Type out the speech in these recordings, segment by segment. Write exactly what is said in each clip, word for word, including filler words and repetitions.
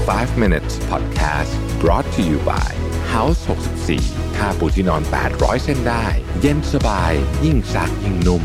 five minutes podcast brought to you by House หกสิบสี่ผ้าปูที่นอนแปดร้อยเส้นได้เย็นสบายยิ่งซักยิ่งนุ่ม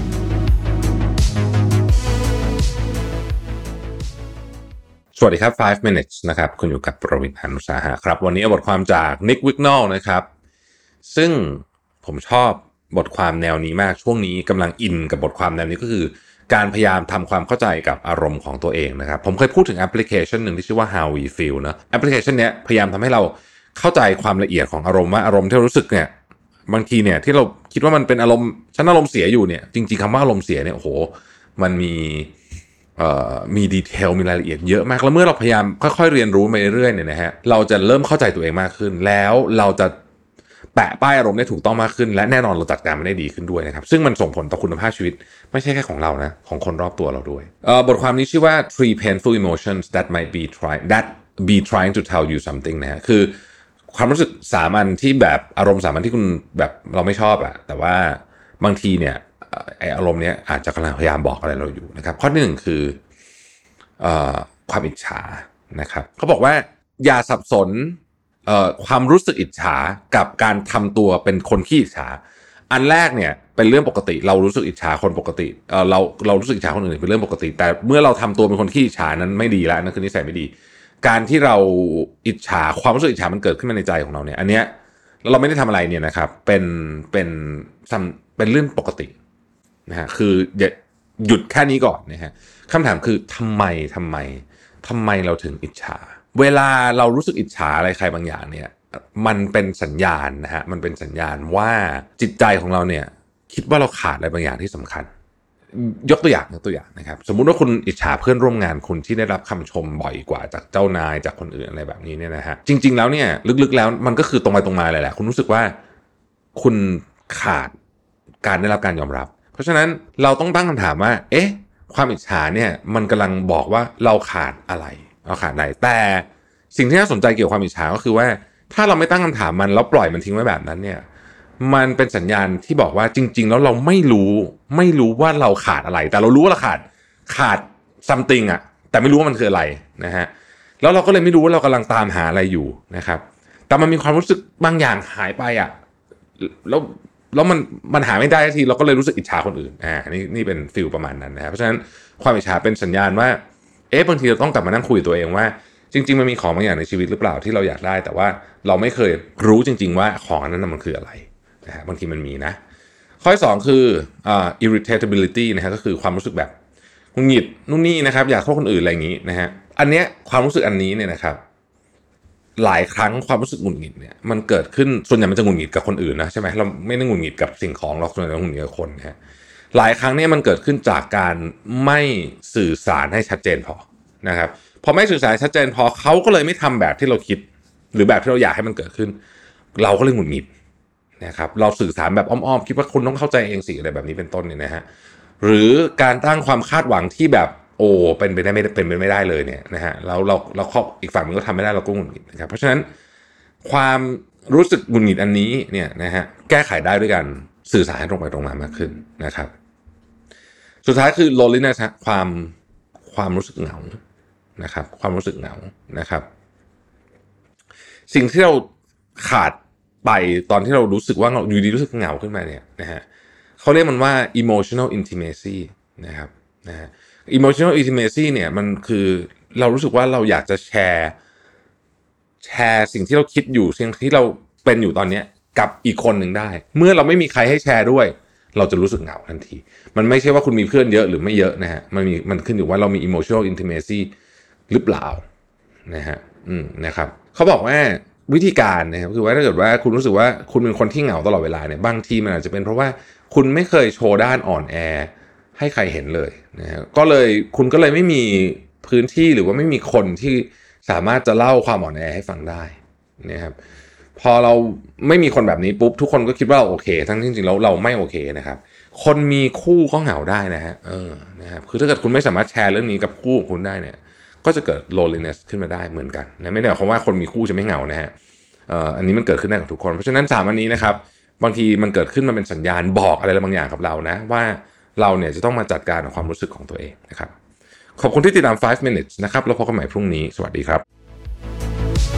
สวัสดีครับfive minutes นะครับคุณอยู่กับประวิทย์ หาญอุตสาหะครับวันนี้เอาบทความจาก Nick Wignall นะครับซึ่งผมชอบบทความแนวนี้มากช่วงนี้กำลังอินกับบทความแนวนี้ก็คือการพยายามทำความเข้าใจกับอารมณ์ของตัวเองนะครับผมเคยพูดถึงแอปพลิเคชันหนึ่งที่ชื่อว่า How We Feel นะแอปพลิเคชันนี้พยายามทำให้เราเข้าใจความละเอียดของอารมณ์ว่าอารมณ์ที่เรารู้สึกเนี่ยบางทีเนี่ยที่เราคิดว่ามันเป็นอารมณ์ฉันอารมณ์เสียอยู่เนี่ยจริงๆคำว่าอารมณ์เสียเนี่ยโอ้โหมันมีเอ่อมีดีเทลมีรายละเอียดเยอะมากแล้วเมื่อเราพยายามค่อยๆเรียนรู้ไปเรื่อยๆเนี่ยนะฮะเราจะเริ่มเข้าใจตัวเองมากขึ้นแล้วเราจะแปะป้ายอารมณ์ได้ถูกต้องมากขึ้นและแน่นอนเราจัดการมันได้ดีขึ้นด้วยนะครับซึ่งมันส่งผลต่อคุณภาพชีวิตไม่ใช่แค่ของเรานะของคนรอบตัวเราด้วยเอ่อบทความนี้ชื่อว่า three painful emotions that might be trying that be trying to tell you something นะฮะคือความรู้สึกสามัญที่แบบอารมณ์สามัญที่คุณแบบเราไม่ชอบอะแต่ว่าบางทีเนี่ยไออารมณ์เนี้ยอาจจะกำลังพยายามบอกอะไรเราอยู่นะครับข้อที่หนึ่งคือเอ่อความอิจฉานะครับเขาบอกว่าอย่าสับสนเอ่อความรู้สึกอิจฉากับการทำตัวเป็นคนขี้อิจฉาอันแรกเนี่ยเป็นเรื่องปกติเรารู้สึกอิจฉาคนปกติเอ่อเราเรารู้สึกอิจฉาคนอื่นเป็นเรื่องปกติแต่เมื่อเราทำตัวเป็นคนขี้อิจฉานั้นไม่ดีแล้วนั่นคือนิสัยไม่ดีการที่เราอิจฉาความรู้สึกอิจฉามันเกิดขึ้นมาในใจของเราเนี่ยอันเนี้ยเราไม่ได้ทำอะไรเนี่ยนะครับเป็นเป็นเป็นเรื่องปกตินะฮะคืออย่าหยุดแค่นี้ก่อนนะฮะคำถามคือทำไมทำไมทำไมเราถึงอิจฉาเวลาเรารู้สึกอิจฉาอะไรใครบางอย่างเนี่ยมันเป็นสัญญาณนะฮะมันเป็นสัญญาณว่าจิตใจของเราเนี่ยคิดว่าเราขาดอะไรบางอย่างที่สำคัญยกตัวอย่างยกตัวอย่างนะครับสมมุติว่าคุณอิจฉาเพื่อนร่วมงานคุณที่ได้รับคำชมบ่อยกว่าจากเจ้านายจากคนอื่นอะไรแบบนี้เนี่ยนะฮะจริงๆแล้วเนี่ยลึกๆแล้วมันก็คือตรงไปตรงมาเลยแหละคุณรู้สึกว่าคุณขาดการได้รับการยอมรับเพราะฉะนั้นเราต้องตั้งคำถามว่าเอ๊ะความอิจฉาเนี่ยมันกำลังบอกว่าเราขาดอะไรเราขาดอะไรแต่สิ่งที่น่าสนใจเกี่ยวกับความอิจฉาก็คือว่าถ้าเราไม่ตั้งคำถามมันแล้วปล่อยมันทิ้งไว้แบบนั้นเนี่ยมันเป็นสัญญาณที่บอกว่าจริงๆแล้วเราไม่รู้ไม่รู้ว่าเราขาดอะไรแต่เรารู้ว่าเราขาดขาด something อ่ะแต่ไม่รู้ว่ามันคืออะไรนะฮะแล้วเราก็เลยไม่รู้ว่าเรากำลังตามหาอะไรอยู่นะครับแต่มันมีความรู้สึกบางอย่างหายไปอ่ะแล้วแล้วมันมันหาไม่ได้ทีเราก็เลยรู้สึกอิจฉาคนอื่นอ่านี่นี่เป็นฟีลประมาณนั้นนะครับเพราะฉะนั้นความอิจฉาเป็นสัญญาณว่าเอ๊ะบางทีเราต้องกลับมานั่งคุยกับตัวเองว่าจริงๆมันมีของบางอย่างในชีวิตหรือเปล่าที่เราอยากได้แต่ว่าเราไม่เคยรู้จริงๆว่าของนั้นมันคืออะไรนะฮะบางทีมันมีนะข้อที่สองคืออ่า irritability นะฮะก็คือความรู้สึกแบบหงุดหงิดนู่นนี่นะครับอยากโทษคนอื่นอะไรอย่างนี้นะฮะอันเนี้ยความรู้สึกอันนี้เนี่ยนะครับหลายครั้งความรู้สึกหงุดหงิดเนี่ยมันเกิดขึ้นส่วนใหญ่มันจะหงุดหงิดกับคนอื่นนะใช่ไหมเราไม่ได้หงุดหงิดกับสิ่งของเราส่วนใหญ่เราหงุดหงิดกับคนนะฮะหลายครั้งเนี่ยมันเกิดขึ้นจากการไม่สื่อสารให้ชัดเจนพอนะครับพอไม่สื่อสารชัดเจนพอเขาก็เลยไม่ทำแบบที่เราคิดหรือแบบที่เราอยากให้มันเกิดขึ้นเราก็เลยหงุดหงิดนะครับเราสื่อสารแบบอ้อมๆคิดว่าคุณต้องเข้าใจเองสิอะไรแบบนี้เป็นต้นเนี่ยนะฮะหรือการตั้งความคาดหวังที่แบบโอ้เป็นไปได้ไม่เป็นไปไม่ได้เลยเนี่ยนะฮะแล้วเราเราอีกฝั่งนึงก็ทำไม่ได้เราก็หงุดหงิดนะครับเพราะฉะนั้นความรู้สึกหงุดหงิดอันนี้เนี่ยนะฮะแก้ไขได้ด้วยกันสื่อสารให้ตรงไปตรงมามากขึ้นนะครับสุดท้ายคือ loneliness ความความรู้สึกเหงานะครับความรู้สึกเหงานะครับสิ่งที่เราขาดไปตอนที่เรารู้สึกว่าอยู่ดีรู้สึกเหงาขึ้นมาเนี่ยนะฮะเขาเรียกมันว่า emotional intimacy นะครับนะฮะ emotional intimacy เนี่ยมันคือเรารู้สึกว่าเราอยากจะแชร์แชร์สิ่งที่เราคิดอยู่สิ่งที่เราเป็นอยู่ตอนนี้กับอีกคนหนึ่งได้เมื่อเราไม่มีใครให้แชร์ด้วยเราจะรู้สึกเหงาทันทีมันไม่ใช่ว่าคุณมีเพื่อนเยอะหรือไม่เยอะนะฮะมันมีมันขึ้นอยู่ว่าเรามี emotional intimacy หรือเปล่านะฮะอืมนะครับเขาบอกว่าวิธีการนะครับคือว่าถ้าเกิดว่าคุณรู้สึกว่าคุณเป็นคนที่เหงาตลอดเวลาเนี่ยบางทีมันอาจจะเป็นเพราะว่าคุณไม่เคยโชว์ด้านอ่อนแอให้ใครเห็นเลยนะฮะก็เลยคุณก็เลยไม่มีพื้นที่หรือว่าไม่มีคนที่สามารถจะเล่าความอ่อนแอให้ฟังได้นะครับพอเราไม่มีคนแบบนี้ปุ๊บทุกคนก็คิดว่าเราโอเคทั้งที่จริงๆแล้วเราไม่โอเคนะครับคนมีคู่ก็เหงาได้นะฮะเออนะครับคือถ้าเกิดคุณไม่สามารถแชร์เรื่องนี้กับคู่ของคุณได้เนี่ยก็จะเกิด loneliness ขึ้นมาได้เหมือนกันนะไม่ได้หมายความว่าคนมีคู่จะไม่เหงานะฮะเอ่ออันนี้มันเกิดขึ้นได้กับทุกคนเพราะฉะนั้นสามอันนี้นะครับบางทีมันเกิดขึ้นมาเป็นสัญญาณบอกอะไรบางอย่างกับเรานะว่าเราเนี่ยจะต้องมาจัดการกับความรู้สึกของตัวเองนะครับขอบคุณที่ติดตามไฟว์ minutes นะครับแล้วพบกันใหม่พรุ่งนี้สวัสดีครับ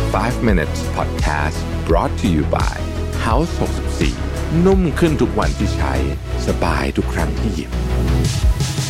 five minutes podcast brought to you by House หกสิบสี่นุ่มขึ้นทุกวันที่ใช้สบายทุกครั้งที่หยิบ